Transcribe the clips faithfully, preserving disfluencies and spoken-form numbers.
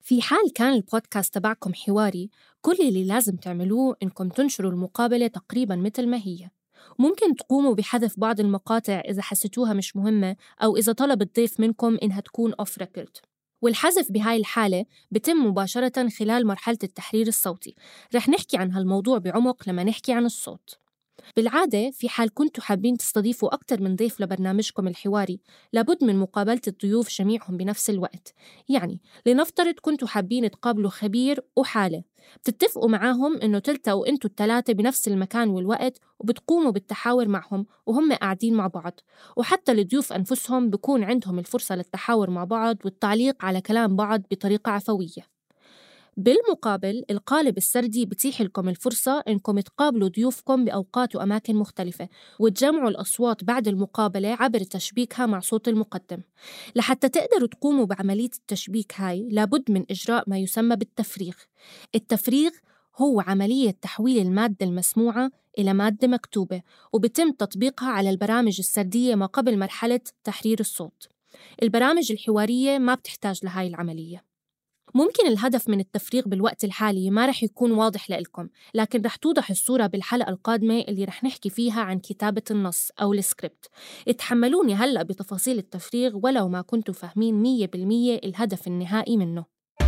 في حال كان البودكاست تبعكم حواري، كل اللي لازم تعملوه إنكم تنشروا المقابلة تقريباً مثل ما هي. ممكن تقوموا بحذف بعض المقاطع إذا حسيتوها مش مهمة أو إذا طلب الضيف منكم إنها تكون off record. والحذف بهاي الحالة بتم مباشرة خلال مرحلة التحرير الصوتي. رح نحكي عن هالموضوع بعمق لما نحكي عن الصوت. بالعادة في حال كنتوا حابين تستضيفوا أكتر من ضيف لبرنامجكم الحواري، لابد من مقابلة الضيوف جميعهم بنفس الوقت. يعني لنفترض كنتوا حابين تقابلوا خبير وحالة، بتتفقوا معاهم إنه تلتقوا أنتوا الثلاثة بنفس المكان والوقت، وبتقوموا بالتحاور معهم وهم قاعدين مع بعض. وحتى الضيوف أنفسهم بكون عندهم الفرصة للتحاور مع بعض والتعليق على كلام بعض بطريقة عفوية. بالمقابل القالب السردي بتيح لكم الفرصة إنكم تقابلوا ضيوفكم بأوقات وأماكن مختلفة وتجمعوا الأصوات بعد المقابلة عبر تشبيكها مع صوت المقدم. لحتى تقدروا تقوموا بعملية التشبيك هاي لابد من إجراء ما يسمى بالتفريغ. التفريغ هو عملية تحويل المادة المسموعة إلى مادة مكتوبة، وبتم تطبيقها على البرامج السردية ما قبل مرحلة تحرير الصوت. البرامج الحوارية ما بتحتاج لهاي العملية. ممكن الهدف من التفريغ بالوقت الحالي ما رح يكون واضح لإلكم، لكن رح توضح الصورة بالحلقة القادمة اللي رح نحكي فيها عن كتابة النص أو السكريبت. اتحملوني هلأ بتفاصيل التفريغ ولو ما كنتوا فاهمين مية بالمية الهدف النهائي منه.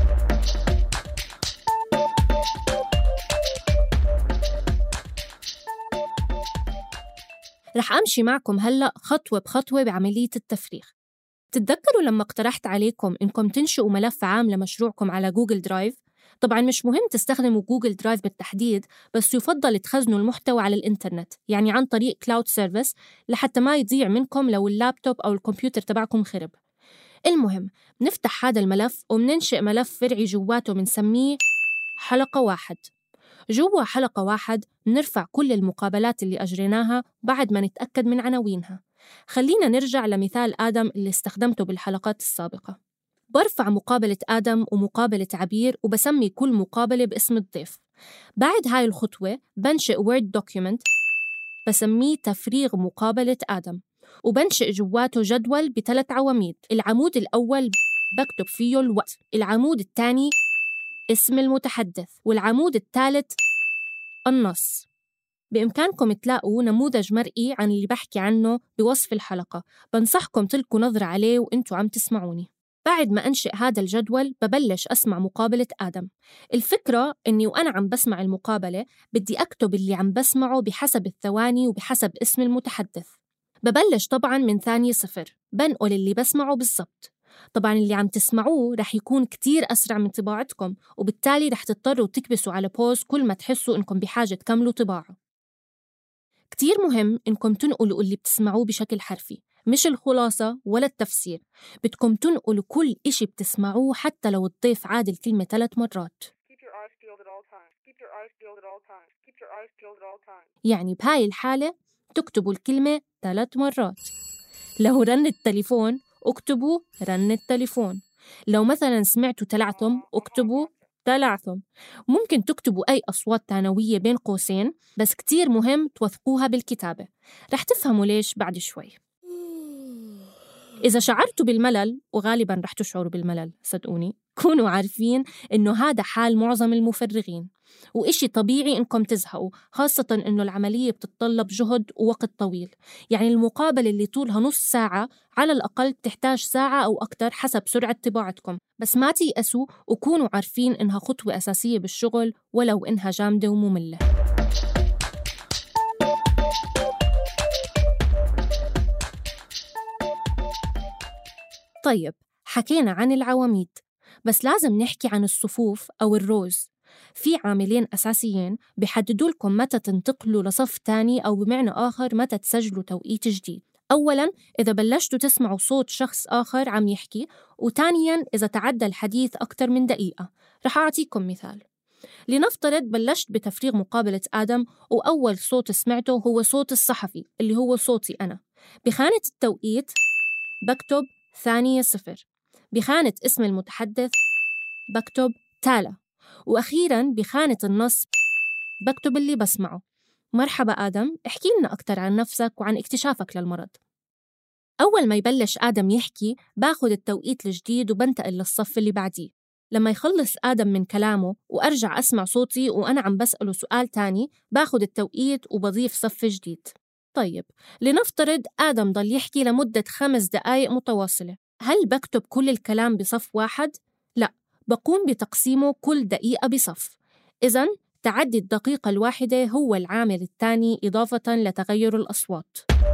رح أمشي معكم هلأ خطوة بخطوة بعملية التفريغ. تتذكروا لما اقترحت عليكم إنكم تنشئوا ملف عام لمشروعكم على جوجل درايف؟ طبعاً مش مهم تستخدموا جوجل درايف بالتحديد، بس يفضل تخزنوا المحتوى على الإنترنت، يعني عن طريق كلاود سيرفيس، لحتى ما يضيع منكم لو اللابتوب أو الكمبيوتر تبعكم خرب. المهم نفتح هذا الملف ومننشئ ملف فرعي جواته منسميه حلقة واحد. جوا حلقة واحد نرفع كل المقابلات اللي أجريناها بعد ما نتأكد من عناوينها. خلينا نرجع لمثال آدم اللي استخدمته بالحلقات السابقة. برفع مقابلة آدم ومقابلة عبير وبسمي كل مقابلة باسم الضيف. بعد هاي الخطوة بنشئ وورد دوكيومنت بسميه تفريغ مقابلة آدم، وبنشئ جواته جدول بثلاث عواميد. العمود الأول بكتب فيه الوقت، العمود الثاني اسم المتحدث، والعمود الثالث النص. بإمكانكم تلاقوا نموذج مرئي عن اللي بحكي عنه بوصف الحلقة، بنصحكم تلقوا نظرة عليه وإنتوا عم تسمعوني. بعد ما أنشئ هذا الجدول ببلش أسمع مقابلة آدم. الفكرة إني وأنا عم بسمع المقابلة بدي أكتب اللي عم بسمعه بحسب الثواني وبحسب اسم المتحدث. ببلش طبعاً من ثانية صفر، بنقل اللي بسمعه بالضبط. طبعاً اللي عم تسمعوه رح يكون كتير أسرع من طباعتكم، وبالتالي رح تضطروا تكبسوا على بوز كل ما تحسوا إنكم بحاجة تكملوا طباعة. كتير مهم إنكم تنقلوا اللي بتسمعوه بشكل حرفي، مش الخلاصة ولا التفسير. بدكم تنقلوا كل إشي بتسمعوه حتى لو الضيف عاد الكلمة ثلاث مرات. يعني بهاي الحالة تكتبوا الكلمة ثلاث مرات. لو رن التليفون اكتبوا رن التليفون. لو مثلا سمعتوا تلعثم اكتبوا تلعثم. ممكن تكتبوا أي أصوات ثانوية بين قوسين، بس كتير مهم توثقوها بالكتابة. رح تفهموا ليش بعد شوي. إذا شعرتوا بالملل، وغالباً رح تشعروا بالملل صدقوني، كونوا عارفين إنه هذا حال معظم المفرغين، وإشي طبيعي إنكم تزهقوا، خاصة إنه العملية بتتطلب جهد ووقت طويل. يعني المقابلة اللي طولها نص ساعة على الأقل تحتاج ساعة أو أكتر حسب سرعة طباعتكم. بس ما تيأسوا وكونوا عارفين إنها خطوة أساسية بالشغل ولو إنها جامدة ومملة. طيب حكينا عن العواميد، بس لازم نحكي عن الصفوف أو الروز. في عاملين أساسيين بيحددوا لكم متى تنتقلوا لصف تاني، أو بمعنى آخر متى تسجلوا توقيت جديد. أولاً إذا بلشتوا تسمعوا صوت شخص آخر عم يحكي، وثانياً إذا تعدى الحديث أكتر من دقيقة. رح أعطيكم مثال. لنفترض بلشت بتفريغ مقابلة آدم، وأول صوت سمعته هو صوت الصحفي اللي هو صوتي أنا. بخانة التوقيت بكتب ثانية صفر، بخانة اسم المتحدث بكتب تالا، وأخيراً بخانة النص بكتب اللي بسمعه. مرحبا آدم، احكي لنا أكتر عن نفسك وعن اكتشافك للمرض. أول ما يبلش آدم يحكي باخد التوقيت الجديد وبنتقل للصف اللي بعديه. لما يخلص آدم من كلامه وأرجع أسمع صوتي وأنا عم بسأله سؤال تاني، باخد التوقيت وبضيف صف جديد. طيب، لنفترض آدم ضل يحكي لمدة خمس دقايق متواصلة، هل بكتب كل الكلام بصف واحد؟ لا، بقوم بتقسيمه كل دقيقة بصف. إذن تعدي الدقيقة الواحدة هو العامل الثاني إضافة لتغير الأصوات.